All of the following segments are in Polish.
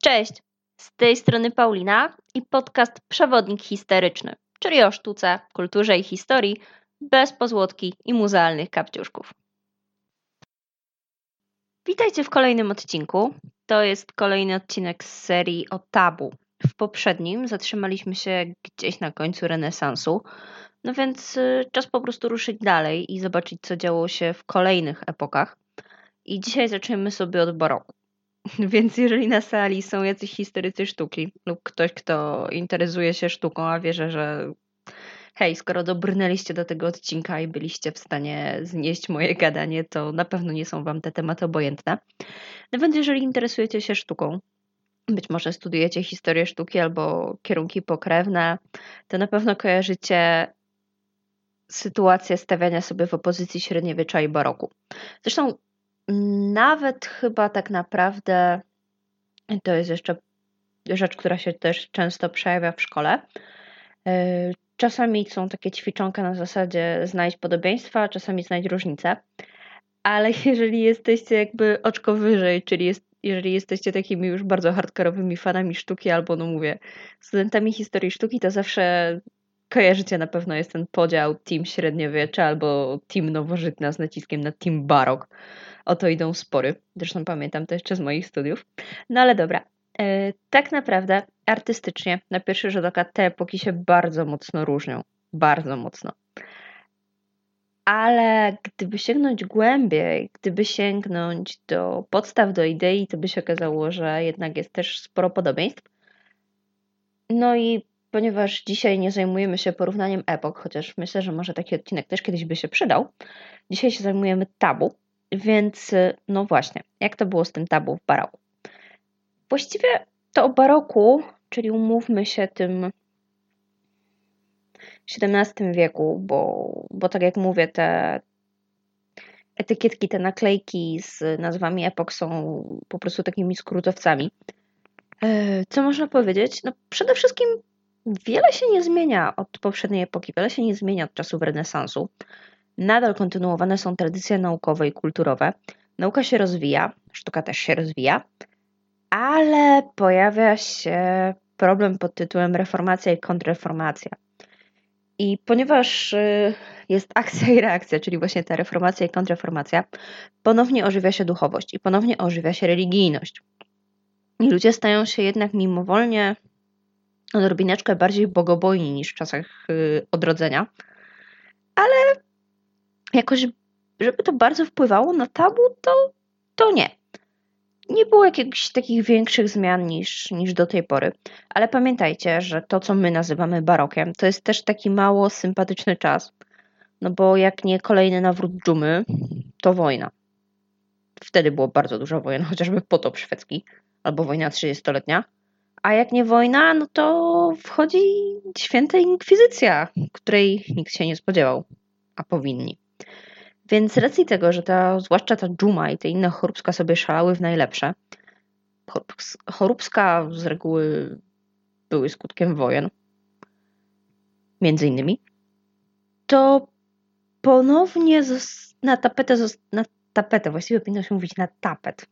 Cześć, z tej strony Paulina i podcast Przewodnik Historyczny, czyli o sztuce, kulturze i historii bez pozłotki i muzealnych kapciuszków. Witajcie w kolejnym odcinku. To jest kolejny odcinek z serii o tabu. W poprzednim zatrzymaliśmy się gdzieś na końcu renesansu, no więc czas po prostu ruszyć dalej i zobaczyć, co działo się w kolejnych epokach. I dzisiaj zaczniemy sobie od baroku. Więc jeżeli na sali są jacyś historycy sztuki lub ktoś, kto interesuje się sztuką, a wierzę, że hej, skoro dobrnęliście do tego odcinka i byliście w stanie znieść moje gadanie, to na pewno nie są wam te tematy obojętne. No więc jeżeli interesujecie się sztuką, być może studiujecie historię sztuki albo kierunki pokrewne, to na pewno kojarzycie sytuację stawiania sobie w opozycji średniowiecza i baroku. Zresztą nawet chyba tak naprawdę to jest jeszcze rzecz, która się też często przejawia w szkole. Czasami są takie ćwiczonka na zasadzie znajdź podobieństwa, czasami znajdź różnice, ale jeżeli jesteście jakby oczko wyżej, czyli jeżeli jesteście takimi już bardzo hardkorowymi fanami sztuki albo, no mówię, studentami historii sztuki, to zawsze kojarzycie na pewno jest ten podział team średniowiecze albo team nowożytna z naciskiem na team barok. O to idą spory. Zresztą pamiętam to jeszcze z moich studiów. No ale dobra. Tak naprawdę artystycznie na pierwszy rzut oka te epoki się bardzo mocno różnią. Bardzo mocno. Ale gdyby sięgnąć głębiej, gdyby sięgnąć do podstaw, do idei, to by się okazało, że jednak jest też sporo podobieństw. No i ponieważ dzisiaj nie zajmujemy się porównaniem epok, chociaż myślę, że może taki odcinek też kiedyś by się przydał, dzisiaj się zajmujemy tabu, więc no właśnie, jak to było z tym tabu w baroku? Właściwie to o baroku, czyli umówmy się tym XVII wieku, bo tak jak mówię, te etykietki, te naklejki z nazwami epok są po prostu takimi skrótowcami. Co można powiedzieć? No przede wszystkim wiele się nie zmienia od poprzedniej epoki, wiele się nie zmienia od czasów renesansu. Nadal kontynuowane są tradycje naukowe i kulturowe. Nauka się rozwija, sztuka też się rozwija, ale pojawia się problem pod tytułem reformacja i kontrreformacja. I ponieważ jest akcja i reakcja, czyli właśnie ta reformacja i kontrreformacja, ponownie ożywia się duchowość i ponownie ożywia się religijność. I ludzie stają się jednak mimowolnie odrobineczkę bardziej bogobojni niż w czasach odrodzenia, ale jakoś, żeby to bardzo wpływało na tabu, to nie. Nie było jakichś takich większych zmian niż do tej pory. Ale pamiętajcie, że to, co my nazywamy barokiem, to jest też taki mało sympatyczny czas. No bo jak nie kolejny nawrót dżumy, to wojna. Wtedy było bardzo dużo wojen, chociażby potop szwedzki albo wojna 30-letnia. A jak nie wojna, no to wchodzi święta inkwizycja, której nikt się nie spodziewał, a powinni. Więc z racji tego, że zwłaszcza ta dżuma i te inne choróbska sobie szalały w najlepsze, choróbska z reguły były skutkiem wojen, między innymi, to ponownie na tapetę, właściwie powinno się mówić na tapet.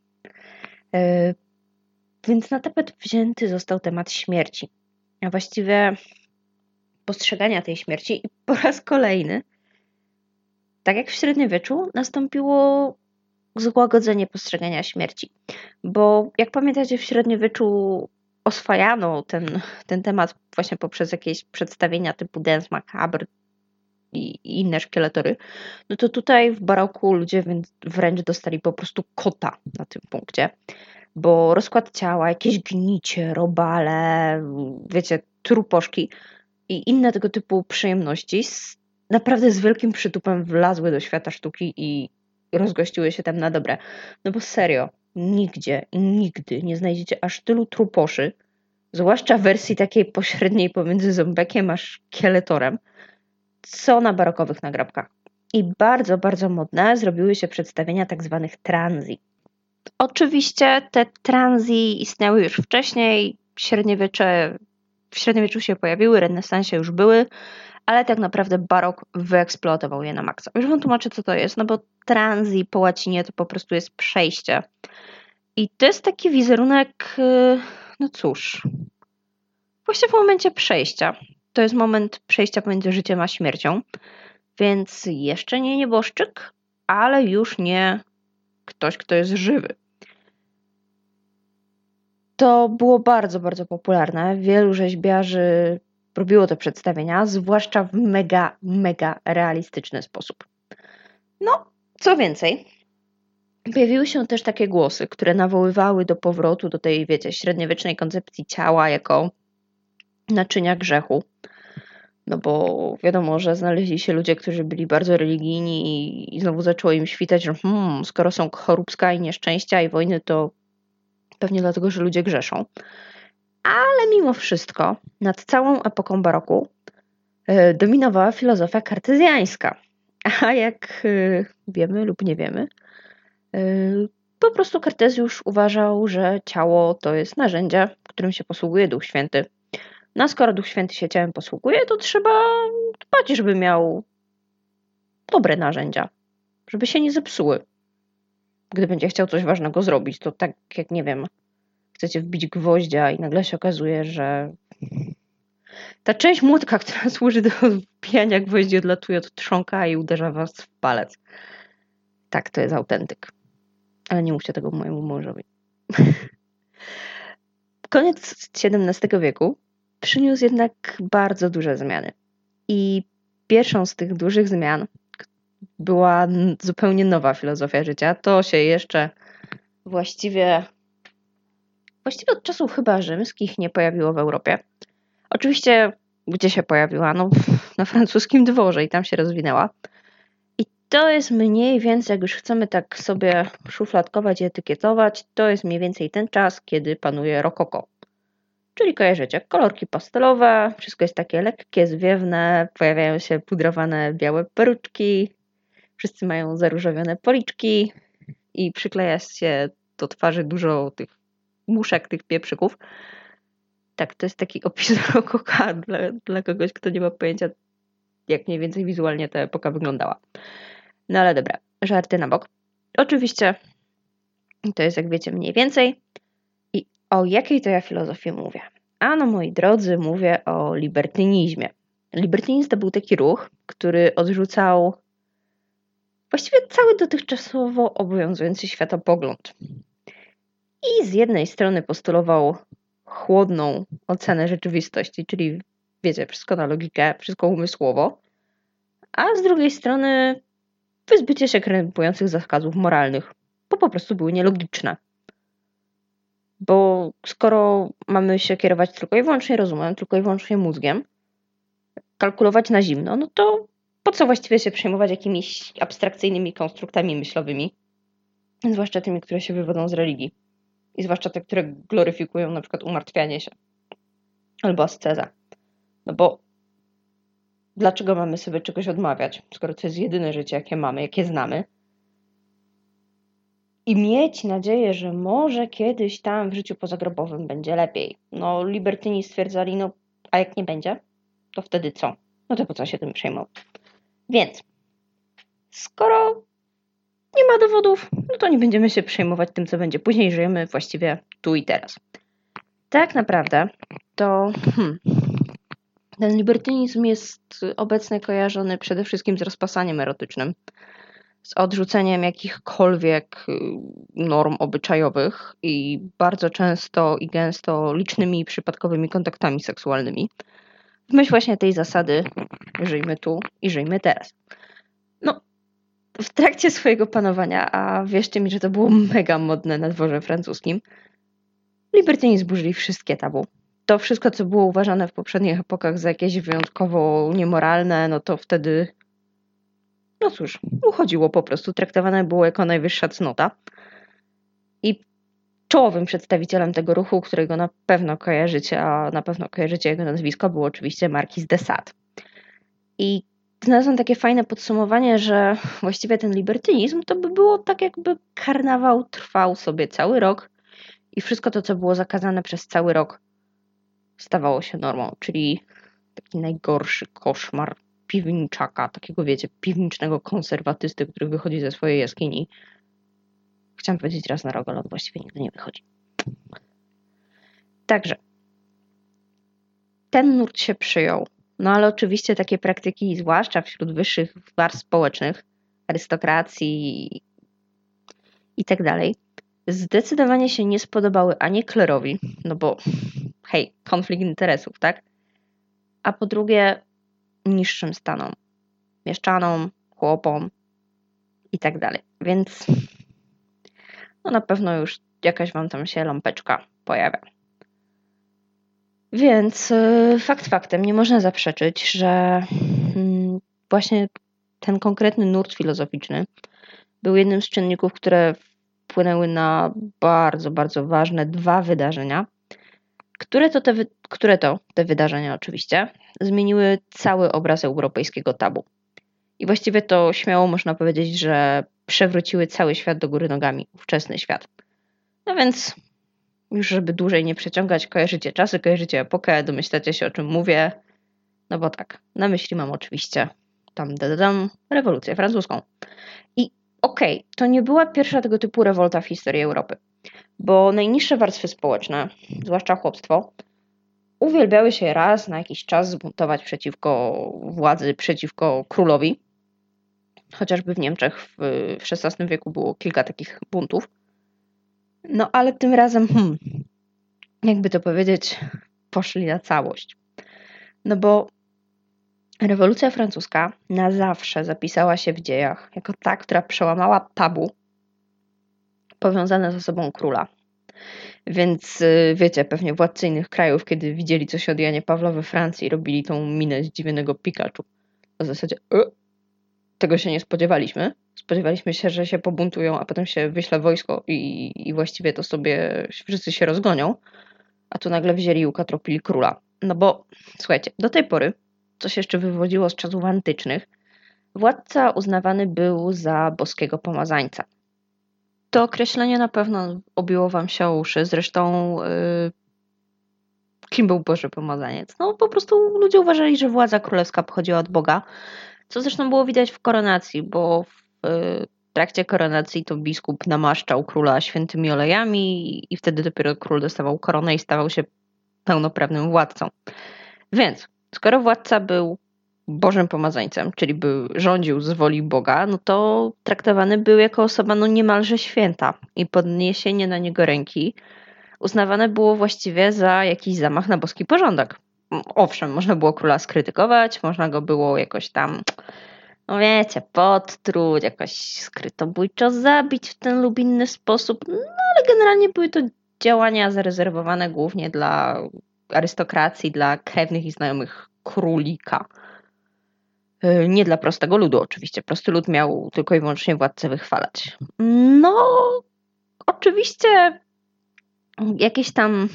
Więc na tapet wzięty został temat śmierci, a właściwie postrzegania tej śmierci i po raz kolejny, tak jak w średniowieczu, nastąpiło złagodzenie postrzegania śmierci. Bo jak pamiętacie, w średniowieczu oswajano ten temat właśnie poprzez jakieś przedstawienia typu Dance Macabre i inne szkieletory, no to tutaj w baroku ludzie wręcz dostali po prostu kota na tym punkcie. Bo rozkład ciała, jakieś gnicie, robale, wiecie, truposzki i inne tego typu przyjemności naprawdę z wielkim przytupem wlazły do świata sztuki i rozgościły się tam na dobre. No bo serio, nigdzie i nigdy nie znajdziecie aż tylu truposzy, zwłaszcza w wersji takiej pośredniej pomiędzy zombekiem a szkieletorem, co na barokowych nagrobkach. I bardzo, bardzo modne zrobiły się przedstawienia tak zwanych transji. Oczywiście te transji istniały już wcześniej, w średniowieczu się pojawiły, renesansie już były, ale tak naprawdę barok wyeksploatował je na maksa. Już wam tłumaczę, co to jest, no bo transji po łacinie to po prostu jest przejście. I to jest taki wizerunek no cóż, właśnie w momencie przejścia. To jest moment przejścia pomiędzy życiem a śmiercią, więc jeszcze nie nieboszczyk, ale już nie ktoś, kto jest żywy. To było bardzo, bardzo popularne. Wielu rzeźbiarzy robiło te przedstawienia, zwłaszcza w mega, mega realistyczny sposób. No, co więcej, pojawiły się też takie głosy, które nawoływały do powrotu do tej, wiecie, średniowiecznej koncepcji ciała jako naczynia grzechu. No bo wiadomo, że znaleźli się ludzie, którzy byli bardzo religijni i znowu zaczęło im świtać, że skoro są choróbska i nieszczęścia i wojny, to pewnie dlatego, że ludzie grzeszą. Ale mimo wszystko nad całą epoką baroku dominowała filozofia kartezjańska. A jak wiemy lub nie wiemy, po prostu Kartezjusz uważał, że ciało to jest narzędzie, którym się posługuje Duch Święty. No a skoro Duch Święty się ciałem posługuje, to trzeba dbać, żeby miał dobre narzędzia, żeby się nie zepsuły. Gdy będzie chciał coś ważnego zrobić, to tak jak, nie wiem, chcecie wbić gwoździa i nagle się okazuje, że ta część młotka, która służy do wbijania gwoździ, odlatuje od trzonka i uderza was w palec. Tak, to jest autentyk. Ale nie mówcie tego mojemu mężowi. Koniec XVII wieku przyniósł jednak bardzo duże zmiany. I pierwszą z tych dużych zmian była zupełnie nowa filozofia życia. To się jeszcze właściwie od czasów chyba rzymskich nie pojawiło w Europie. Oczywiście gdzie się pojawiła? No, na francuskim dworze i tam się rozwinęła. I to jest mniej więcej, jak już chcemy tak sobie szufladkować i etykietować, to jest mniej więcej ten czas, kiedy panuje rokoko. Czyli kojarzycie, kolorki pastelowe, wszystko jest takie lekkie, zwiewne, pojawiają się pudrowane białe peruczki, wszyscy mają zaróżowione policzki i przykleja się do twarzy dużo tych muszek, tych pieprzyków. Tak, to jest taki opis rokoka dla kogoś, kto nie ma pojęcia, jak mniej więcej wizualnie ta epoka wyglądała. No ale dobra, żarty na bok. Oczywiście to jest, jak wiecie, mniej więcej. I o jakiej to ja filozofii mówię? Ano, moi drodzy, mówię o libertynizmie. Libertynizm to był taki ruch, który odrzucał właściwie cały dotychczasowo obowiązujący światopogląd. I z jednej strony postulował chłodną ocenę rzeczywistości, czyli wiecie, wszystko na logikę, wszystko umysłowo, a z drugiej strony wyzbycie się krępujących zakazów moralnych, bo po prostu były nielogiczne. Bo skoro mamy się kierować tylko i wyłącznie rozumem, tylko i wyłącznie mózgiem, kalkulować na zimno, no to po co właściwie się przejmować jakimiś abstrakcyjnymi konstruktami myślowymi, zwłaszcza tymi, które się wywodzą z religii i zwłaszcza te, które gloryfikują na przykład umartwianie się albo ascezę. No bo dlaczego mamy sobie czegoś odmawiać, skoro to jest jedyne życie, jakie mamy, jakie znamy? I mieć nadzieję, że może kiedyś tam w życiu pozagrobowym będzie lepiej. No, libertyni stwierdzali, no, a jak nie będzie, to wtedy co? No to po co się tym przejmować? Więc, skoro nie ma dowodów, no to nie będziemy się przejmować tym, co będzie później. Żyjemy właściwie tu i teraz. Tak naprawdę to ten libertynizm jest obecnie kojarzony przede wszystkim z rozpasaniem erotycznym, z odrzuceniem jakichkolwiek norm obyczajowych i bardzo często i gęsto licznymi i przypadkowymi kontaktami seksualnymi. W myśl właśnie tej zasady żyjmy tu i żyjmy teraz. No, w trakcie swojego panowania, a wierzcie mi, że to było mega modne na dworze francuskim, libertyni zburzyli wszystkie tabu. To wszystko, co było uważane w poprzednich epokach za jakieś wyjątkowo niemoralne, no to wtedy, no cóż, uchodziło po prostu. Traktowane było jako najwyższa cnota. I czołowym przedstawicielem tego ruchu, którego na pewno kojarzycie, a na pewno kojarzycie jego nazwisko, był oczywiście Marquis de Sade. I znalazłam takie fajne podsumowanie, że właściwie ten libertynizm to by było tak, jakby karnawał trwał sobie cały rok i wszystko to, co było zakazane przez cały rok, stawało się normą, czyli taki najgorszy koszmar piwniczaka, takiego wiecie, piwnicznego konserwatysty, który wychodzi ze swojej jaskini. Chciałam powiedzieć raz na rok, ale on właściwie nigdy nie wychodzi. Także ten nurt się przyjął. No ale oczywiście takie praktyki, zwłaszcza wśród wyższych warstw społecznych, arystokracji i tak dalej, zdecydowanie się nie spodobały ani klerowi, no bo hej, konflikt interesów, tak? A po drugie niższym stanom, mieszczanom, chłopom i tak dalej. Więc no na pewno już jakaś wam tam się lampeczka pojawia. Więc fakt faktem, nie można zaprzeczyć, że właśnie ten konkretny nurt filozoficzny był jednym z czynników, które wpłynęły na bardzo, bardzo ważne dwa wydarzenia, które te wydarzenia oczywiście zmieniły cały obraz europejskiego tabu. I właściwie to śmiało można powiedzieć, że przewróciły cały świat do góry nogami, ówczesny świat. No więc już żeby dłużej nie przeciągać, kojarzycie czasy, kojarzycie epokę, domyślacie się o czym mówię. No bo tak, na myśli mam oczywiście rewolucję francuską. I okej, to nie była pierwsza tego typu rewolta w historii Europy, bo najniższe warstwy społeczne, zwłaszcza chłopstwo, uwielbiały się raz na jakiś czas zbuntować przeciwko władzy, przeciwko królowi. Chociażby w Niemczech w XVI wieku było kilka takich buntów. No ale tym razem, jakby to powiedzieć, poszli na całość. No bo rewolucja francuska na zawsze zapisała się w dziejach jako ta, która przełamała tabu powiązane ze sobą króla. Więc wiecie, pewnie władcy innych krajów, kiedy widzieli, co się od Janie Pawła we Francji, robili tą minę zdziwionego Pikachu. W zasadzie tego się nie spodziewaliśmy. Spodziewaliśmy się, że się pobuntują, a potem się wyśle wojsko i właściwie to sobie wszyscy się rozgonią. A tu nagle wzięli i ukatropili króla. No bo, słuchajcie, do tej pory, co się jeszcze wywodziło z czasów antycznych, władca uznawany był za boskiego pomazańca. To określenie na pewno obiło wam się o uszy. Zresztą kim był Boży Pomazaniec? No po prostu ludzie uważali, że władza królewska pochodziła od Boga, co zresztą było widać w koronacji, bo w trakcie koronacji to biskup namaszczał króla świętymi olejami i wtedy dopiero król dostawał koronę i stawał się pełnoprawnym władcą. Więc skoro władca był Bożym Pomazańcem, czyli rządził z woli Boga, no to traktowany był jako osoba niemalże święta i podniesienie na niego ręki uznawane było właściwie za jakiś zamach na boski porządek. Owszem, można było króla skrytykować, można go było jakoś tam, no wiecie, podtruć, jakoś skrytobójczo zabić w ten lub inny sposób, no ale generalnie były to działania zarezerwowane głównie dla arystokracji, dla krewnych i znajomych królika. Nie dla prostego ludu oczywiście. Prosty lud miał tylko i wyłącznie władcę wychwalać. No, oczywiście jakieś tam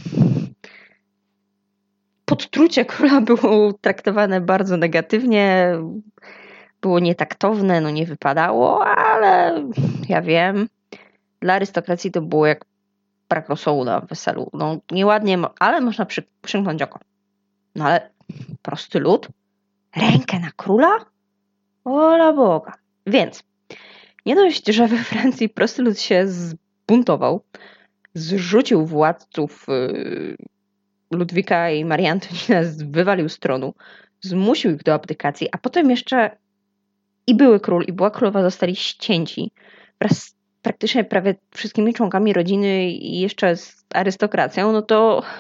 podtrucie króla było traktowane bardzo negatywnie, było nietaktowne, nie wypadało, ale ja wiem, dla arystokracji to było jak brak rosołu na weselu. No nieładnie, ale można przymknąć oko. No ale prosty lud? Rękę na króla? Ola Boga. Więc nie dość, że we Francji prosty lud się zbuntował, zrzucił władców Ludwika i Marii Antonina, wywalił z tronu, zmusił ich do abdykacji, a potem jeszcze i były król, i była królowa zostali ścięci wraz z praktycznie prawie wszystkimi członkami rodziny i jeszcze z arystokracją, no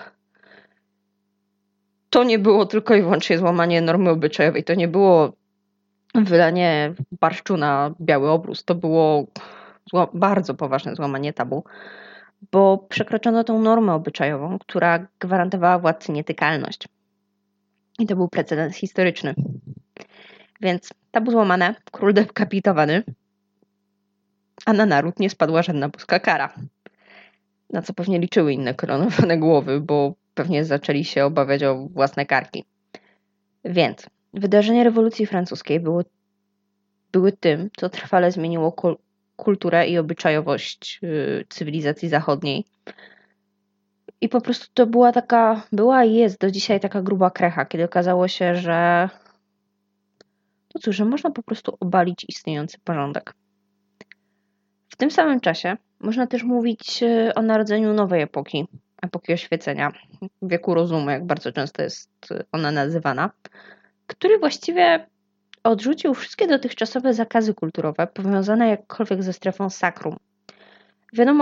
to nie było tylko i wyłącznie złamanie normy obyczajowej, to nie było wylanie barszczu na biały obrus, to było bardzo poważne złamanie tabu, bo przekroczono tą normę obyczajową, która gwarantowała władcy nietykalność. I to był precedens historyczny. Więc tabu złamane, król dekapitowany, a na naród nie spadła żadna boska kara. Na co pewnie liczyły inne koronowane głowy, bo pewnie zaczęli się obawiać o własne karki. Więc wydarzenia rewolucji francuskiej były tym, co trwale zmieniło kulturę i obyczajowość cywilizacji zachodniej. I po prostu to była i jest do dzisiaj taka gruba krecha, kiedy okazało się, że że można po prostu obalić istniejący porządek. W tym samym czasie można też mówić o narodzeniu nowej epoki, epoki oświecenia, wieku rozumu, jak bardzo często jest ona nazywana, który właściwie odrzucił wszystkie dotychczasowe zakazy kulturowe powiązane jakkolwiek ze strefą sakrum. Wiadomo,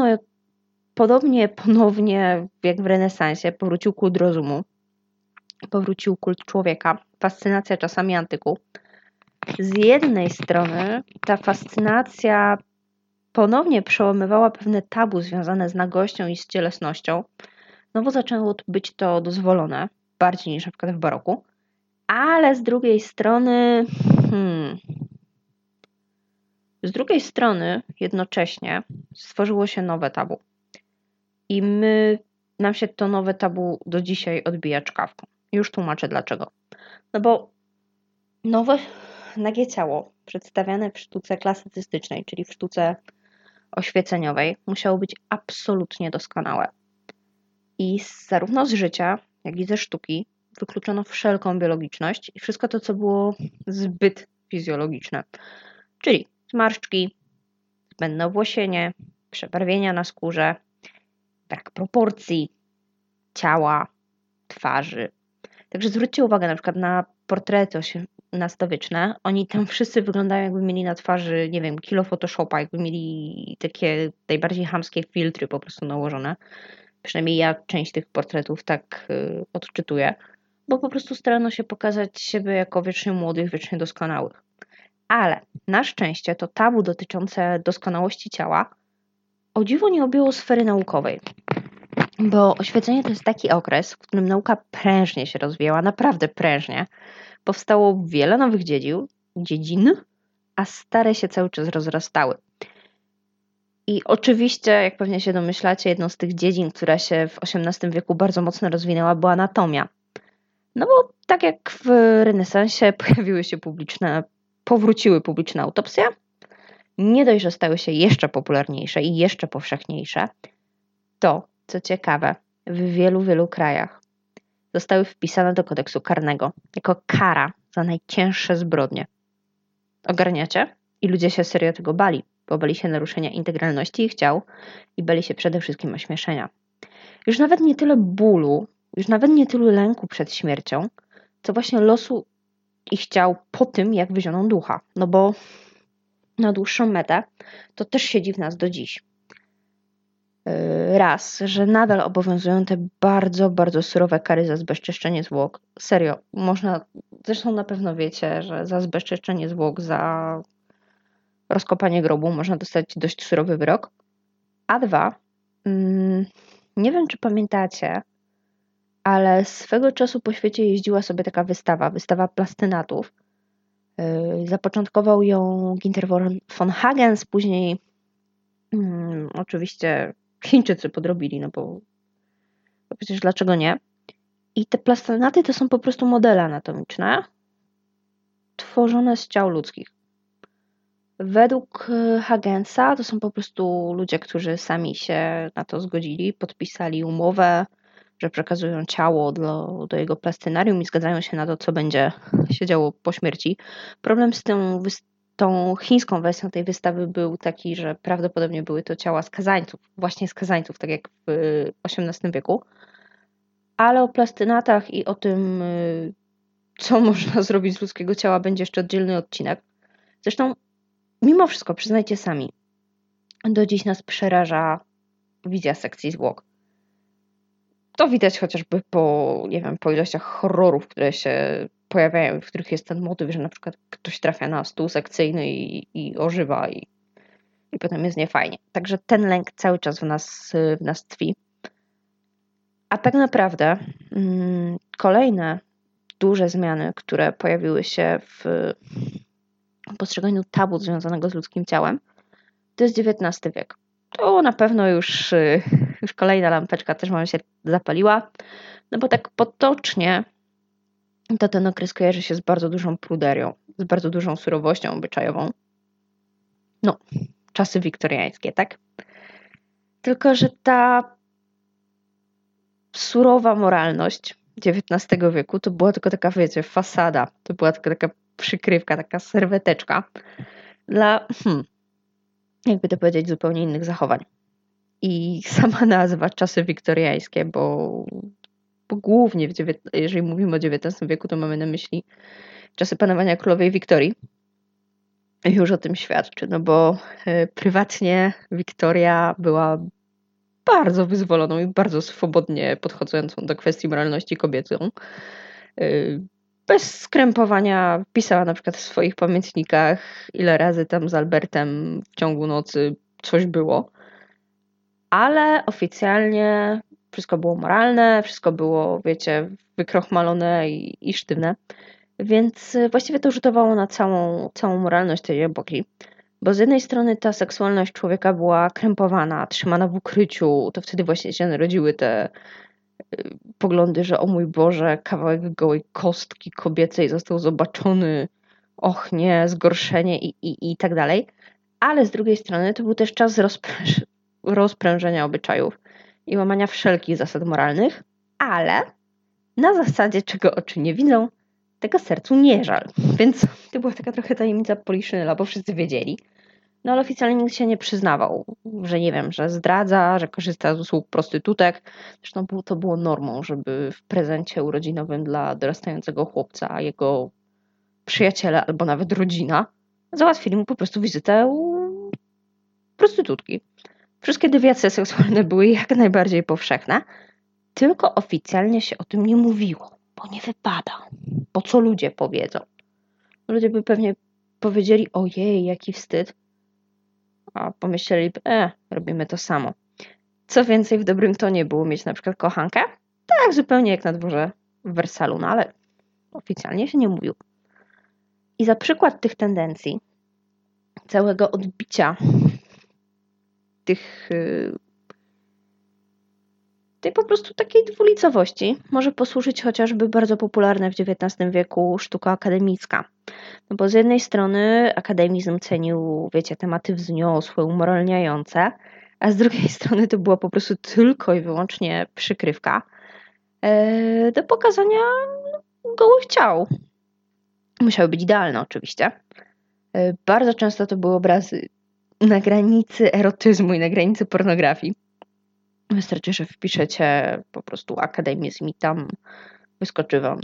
ponownie jak w renesansie powrócił kult rozumu, powrócił kult człowieka, fascynacja czasami antyku. Z jednej strony ta fascynacja ponownie przełamywała pewne tabu związane z nagością i z cielesnością, no bo zaczęło być to dozwolone, bardziej niż na przykład w baroku, ale z drugiej strony jednocześnie stworzyło się nowe tabu. I nam się to nowe tabu do dzisiaj odbija czkawką. Już tłumaczę dlaczego. No bo nowe nagie ciało przedstawiane w sztuce klasycystycznej, czyli w sztuce oświeceniowej, musiało być absolutnie doskonałe. I zarówno z życia, jak i ze sztuki wykluczono wszelką biologiczność i wszystko to, co było zbyt fizjologiczne. Czyli zmarszczki, zbędne owłosienie, przebarwienia na skórze, brak proporcji ciała, twarzy. Także zwróćcie uwagę na przykład na portrety XVIII-wieczne. Oni tam wszyscy wyglądają, jakby mieli na twarzy, nie wiem, kilo Photoshopa, jakby mieli takie najbardziej chamskie filtry po prostu nałożone. Przynajmniej ja część tych portretów tak odczytuję, bo po prostu starano się pokazać siebie jako wiecznie młodych, wiecznie doskonałych. Ale na szczęście to tabu dotyczące doskonałości ciała o dziwo nie objęło sfery naukowej. Bo oświecenie to jest taki okres, w którym nauka prężnie się rozwijała, naprawdę prężnie. Powstało wiele nowych dziedzin, a stare się cały czas rozrastały. I oczywiście, jak pewnie się domyślacie, jedną z tych dziedzin, która się w XVIII wieku bardzo mocno rozwinęła, była anatomia. No bo tak jak w renesansie powróciły publiczne autopsje, nie dość, że stały się jeszcze popularniejsze i jeszcze powszechniejsze, to, co ciekawe, w wielu krajach zostały wpisane do kodeksu karnego jako kara za najcięższe zbrodnie. Ogarniacie? I ludzie się serio tego bali, bo bali się naruszenia integralności ich ciał i bali się przede wszystkim ośmieszenia. Już nawet nie tyle bólu, już nawet nie tyle lęku przed śmiercią, co właśnie losu ich ciał po tym, jak wyzioną ducha. No bo na dłuższą metę to też siedzi w nas do dziś. Raz, że nadal obowiązują te bardzo surowe kary za zbezczeszczenie zwłok. Serio, zresztą na pewno wiecie, że za zbezczeszczenie zwłok, za rozkopanie grobu można dostać dość surowy wyrok. A dwa, nie wiem czy pamiętacie, ale swego czasu po świecie jeździła sobie taka wystawa plastynatów. Zapoczątkował ją Günter von Hagens, później oczywiście Chińczycy podrobili, no bo przecież dlaczego nie? I te plastynaty to są po prostu modele anatomiczne tworzone z ciał ludzkich. Według Hagensa to są po prostu ludzie, którzy sami się na to zgodzili, podpisali umowę, że przekazują ciało do jego plastynarium i zgadzają się na to, co będzie się działo po śmierci. Problem z tą chińską wersją tej wystawy był taki, że prawdopodobnie były to ciała skazańców, tak jak w XVIII wieku. Ale o plastynatach i o tym, co można zrobić z ludzkiego ciała, będzie jeszcze oddzielny odcinek. Zresztą, mimo wszystko, przyznajcie sami, do dziś nas przeraża wizja sekcji zwłok. To widać chociażby po ilościach horrorów, które się pojawiają, w których jest ten motyw, że na przykład ktoś trafia na stół sekcyjny i ożywa i potem jest niefajnie. Także ten lęk cały czas w nas tkwi. A tak naprawdę kolejne duże zmiany, które pojawiły się w postrzeganiu tabu związanego z ludzkim ciałem, to jest XIX wiek. To na pewno już kolejna lampeczka też wam się zapaliła, no bo tak potocznie to ten okres kojarzy się z bardzo dużą pruderią, z bardzo dużą surowością obyczajową. No, czasy wiktoriańskie, tak? Tylko że ta surowa moralność XIX wieku to była tylko taka, wiecie, fasada. To była tylko taka przykrywka, taka serweteczka dla, jakby to powiedzieć, zupełnie innych zachowań. I sama nazwa czasy wiktoriańskie, bo głównie, jeżeli mówimy o XIX wieku, to mamy na myśli czasy panowania królowej Wiktorii. Już o tym świadczy, no bo prywatnie Wiktoria była bardzo wyzwoloną i bardzo swobodnie podchodzącą do kwestii moralności kobietą. Bez skrępowania pisała na przykład w swoich pamiętnikach, ile razy tam z Albertem w ciągu nocy coś było. Ale oficjalnie wszystko było moralne, wszystko było, wiecie, wykrochmalone i sztywne. Więc właściwie to rzutowało na całą moralność tej epoki. Bo z jednej strony ta seksualność człowieka była krępowana, trzymana w ukryciu. To wtedy właśnie się narodziły te poglądy, że o mój Boże, kawałek gołej kostki kobiecej został zobaczony. Och nie, zgorszenie i tak dalej. Ale z drugiej strony to był też czas rozprężenia obyczajów i łamania wszelkich zasad moralnych, ale na zasadzie czego oczy nie widzą, tego sercu nie żal. Więc to była taka trochę tajemnica Poliszynela, bo wszyscy wiedzieli. No ale oficjalnie nikt się nie przyznawał, że nie wiem, że zdradza, że korzysta z usług prostytutek. Zresztą to było normą, żeby w prezencie urodzinowym dla dorastającego chłopca jego przyjaciele albo nawet rodzina załatwili mu po prostu wizytę u prostytutki. Wszystkie dewiacje seksualne były jak najbardziej powszechne, tylko oficjalnie się o tym nie mówiło, bo nie wypada. Bo co ludzie powiedzą? Ludzie by pewnie powiedzieli, ojej, jaki wstyd, a pomyśleliby, robimy to samo. Co więcej, w dobrym tonie było mieć na przykład kochankę? Tak, zupełnie jak na dworze w Wersalu, no ale oficjalnie się nie mówił. I za przykład tych tendencji, całego odbicia tej po prostu takiej dwulicowości może posłużyć chociażby bardzo popularna w XIX wieku sztuka akademicka. No bo z jednej strony akademizm cenił, wiecie, tematy wzniosłe, umoralniające, a z drugiej strony to była po prostu tylko i wyłącznie przykrywka do pokazania gołych ciał. Musiały być idealne oczywiście. Bardzo często to były obrazy na granicy erotyzmu i na granicy pornografii. Wystarczy, że wpiszecie po prostu akademizm i tam wyskoczy wam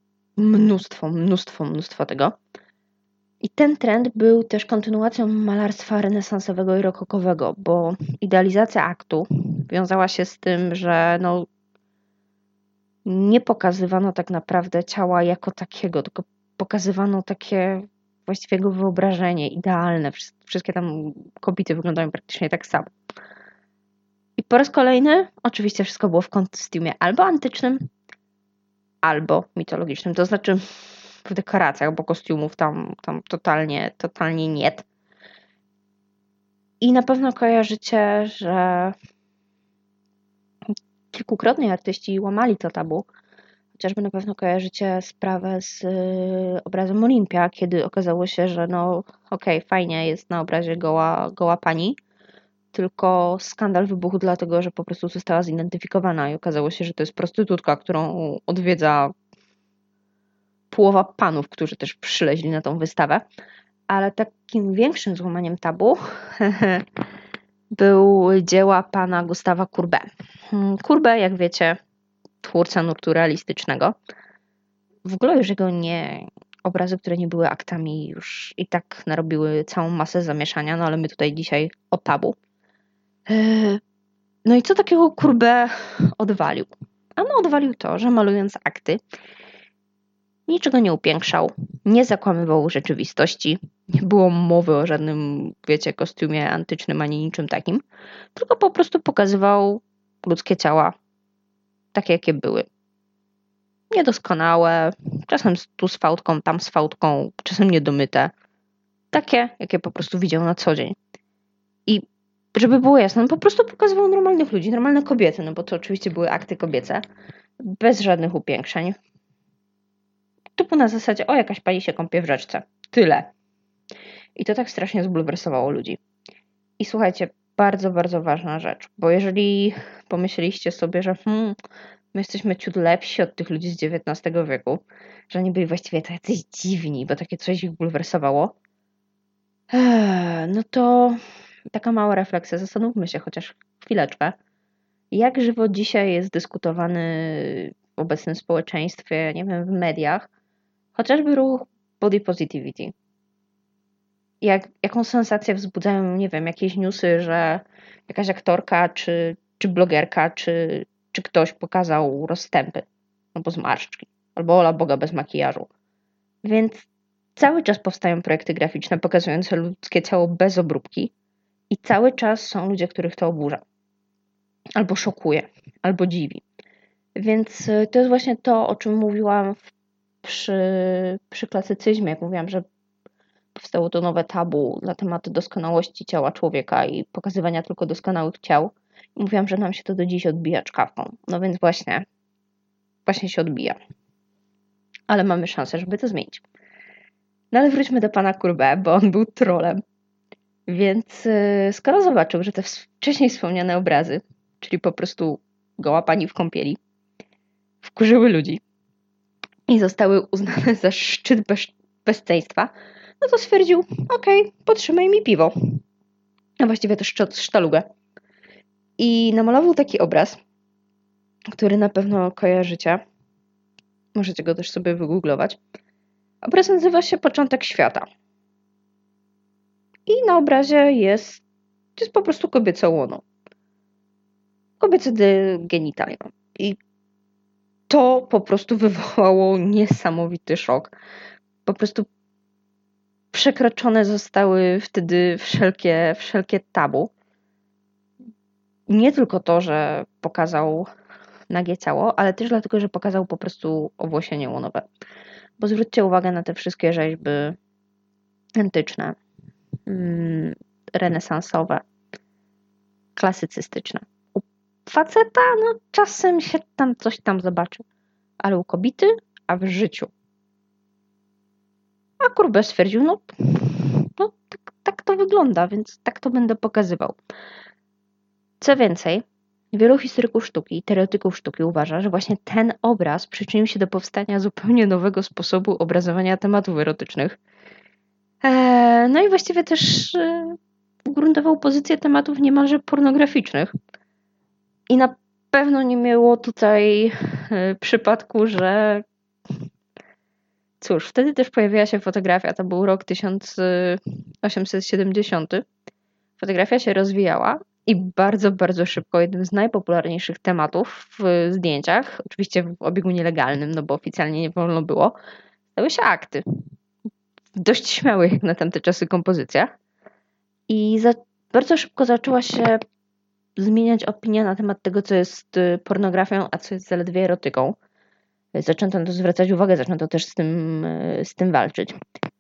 mnóstwo tego. I ten trend był też kontynuacją malarstwa renesansowego i rokokowego, bo idealizacja aktu wiązała się z tym, że nie pokazywano tak naprawdę ciała jako takiego, tylko pokazywano takie właściwie jego wyobrażenie idealne. Wszystkie tam kobiety wyglądają praktycznie tak samo. I po raz kolejny oczywiście wszystko było w kostiumie albo antycznym, albo mitologicznym. To znaczy w dekoracjach, bo kostiumów tam totalnie nie. I na pewno kojarzycie, że kilkukrotnie artyści łamali to tabu. Chociażby na pewno kojarzycie sprawę z obrazem Olimpia, kiedy okazało się, że fajnie jest na obrazie goła pani, tylko skandal wybuchł dlatego, że po prostu została zidentyfikowana i okazało się, że to jest prostytutka, którą odwiedza połowa panów, którzy też przyleźli na tą wystawę. Ale takim większym złamaniem tabu były dzieła pana Gustawa Courbet. Courbet, jak wiecie, twórca nurtu realistycznego. W ogóle już jego obrazy, które nie były aktami, już i tak narobiły całą masę zamieszania, ale my tutaj dzisiaj o tabu. No i co takiego Courbet odwalił? Odwalił to, że malując akty niczego nie upiększał, nie zakłamywał rzeczywistości, nie było mowy o żadnym, wiecie, kostiumie antycznym ani niczym takim, tylko po prostu pokazywał ludzkie ciała takie, jakie były. Niedoskonałe, czasem tu z fałdką, tam z fałdką, czasem niedomyte. Takie, jakie po prostu widział na co dzień. I żeby było jasne, on po prostu pokazywał normalnych ludzi, normalne kobiety, bo to oczywiście były akty kobiece, bez żadnych upiększeń. Typu na zasadzie, jakaś pani się kąpie w rzeczce. Tyle. I to tak strasznie zbulwersowało ludzi. I słuchajcie, bardzo, bardzo ważna rzecz, bo jeżeli pomyśleliście sobie, że my jesteśmy ciut lepsi od tych ludzi z XIX wieku, że oni byli właściwie tacy dziwni, bo takie coś ich bulwersowało, no to taka mała refleksja, zastanówmy się chociaż chwileczkę, jak żywo dzisiaj jest dyskutowany w obecnym społeczeństwie, nie wiem, w mediach, chociażby ruch body positivity. Jaką sensację wzbudzają, nie wiem, jakieś newsy, że jakaś aktorka, czy blogerka, czy ktoś pokazał rozstępy, albo zmarszczki, albo ola Boga bez makijażu. Więc cały czas powstają projekty graficzne pokazujące ludzkie ciało bez obróbki i cały czas są ludzie, których to oburza. Albo szokuje, albo dziwi. Więc to jest właśnie to, o czym mówiłam przy klasycyzmie, jak mówiłam, że powstało to nowe tabu na temat doskonałości ciała człowieka i pokazywania tylko doskonałych ciał. I mówiłam, że nam się to do dziś odbija czkawką. No więc właśnie się odbija. Ale mamy szansę, żeby to zmienić. No ale wróćmy do pana Courbet, bo on był trollem. Więc skoro zobaczył, że te wcześniej wspomniane obrazy, czyli po prostu goła pani w kąpieli, wkurzyły ludzi i zostały uznane za szczyt bezceństwa, no to stwierdził, okej, potrzymaj mi piwo. A właściwie to sztalugę. I namalował taki obraz, który na pewno kojarzycie. Możecie go też sobie wygooglować. Obraz nazywa się Początek świata. I na obrazie jest po prostu kobiece łono. Kobiece genitalia. I to po prostu wywołało niesamowity szok. Po prostu przekroczone zostały wtedy wszelkie tabu. Nie tylko to, że pokazał nagie ciało, ale też dlatego, że pokazał po prostu owłosienie łonowe. Bo zwróćcie uwagę na te wszystkie rzeźby antyczne, renesansowe, klasycystyczne. U faceta, no czasem się tam coś tam zobaczy, ale u kobiety, a w życiu. A Courbet stwierdził, no tak to wygląda, więc tak to będę pokazywał. Co więcej, wielu historyków sztuki i teoretyków sztuki uważa, że właśnie ten obraz przyczynił się do powstania zupełnie nowego sposobu obrazowania tematów erotycznych. No i właściwie też ugruntował pozycję tematów niemalże pornograficznych. I na pewno nie miało tutaj przypadku, że cóż, wtedy też pojawiła się fotografia, to był rok 1870. Fotografia się rozwijała i bardzo, bardzo szybko jednym z najpopularniejszych tematów w zdjęciach, oczywiście w obiegu nielegalnym, no bo oficjalnie nie wolno było, stały się akty. Dość śmiałych jak na tamte czasy kompozycjach. I bardzo szybko zaczęła się zmieniać opinia na temat tego, co jest pornografią, a co jest zaledwie erotyką. Zaczęto na to zwracać uwagę, zaczęto też z tym walczyć.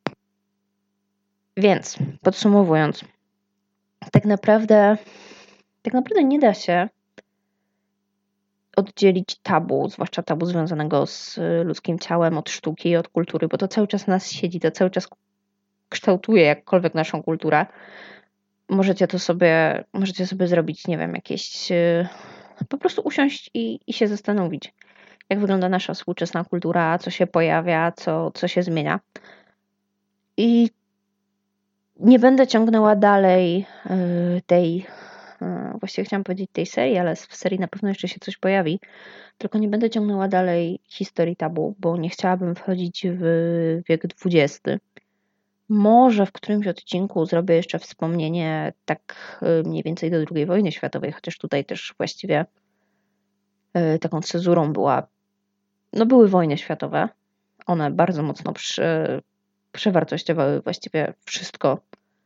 Więc podsumowując, tak naprawdę nie da się oddzielić tabu, zwłaszcza tabu związanego z ludzkim ciałem od sztuki i od kultury, bo to cały czas nas siedzi, to cały czas kształtuje jakkolwiek naszą kulturę. Możecie sobie zrobić, nie wiem, jakieś po prostu usiąść i się zastanowić, jak wygląda nasza współczesna kultura, co się pojawia, co się zmienia. I nie będę ciągnęła dalej właściwie chciałam powiedzieć tej serii, ale w serii na pewno jeszcze się coś pojawi, tylko nie będę ciągnęła dalej historii tabu, bo nie chciałabym wchodzić w wiek XX. Może w którymś odcinku zrobię jeszcze wspomnienie tak mniej więcej do II wojny światowej, chociaż tutaj też właściwie taką cezurą były wojny światowe. One bardzo mocno przewartościowały właściwie wszystko,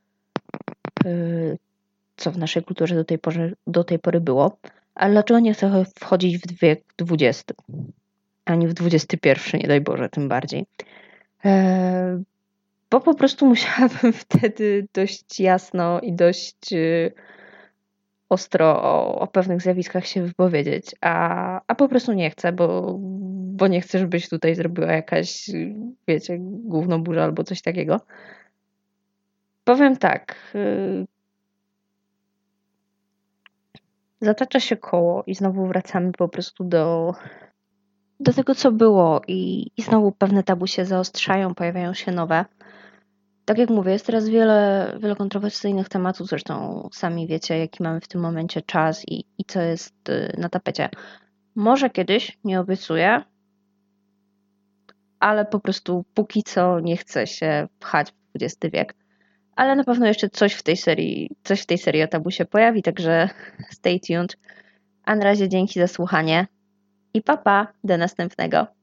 co w naszej kulturze do tej pory było. Ale dlaczego nie chcę wchodzić w wiek XX? Ani w XXI, nie daj Boże, tym bardziej. Bo po prostu musiałabym wtedy dość jasno i dość ostro o pewnych zjawiskach się wypowiedzieć, a po prostu nie chcę, bo nie chcę, żebyś tutaj zrobiła jakaś, wiecie, gównoburza albo coś takiego. Powiem tak, zatacza się koło i znowu wracamy po prostu do tego, co było i znowu pewne tabu się zaostrzają, pojawiają się nowe. Tak jak mówię, jest teraz wiele kontrowersyjnych tematów, zresztą sami wiecie, jaki mamy w tym momencie czas i co jest na tapecie. Może kiedyś, nie obiecuję, ale po prostu póki co nie chcę się pchać w XX wiek. Ale na pewno jeszcze coś w tej serii o tabu się pojawi, także stay tuned. A na razie dzięki za słuchanie i papa, do następnego.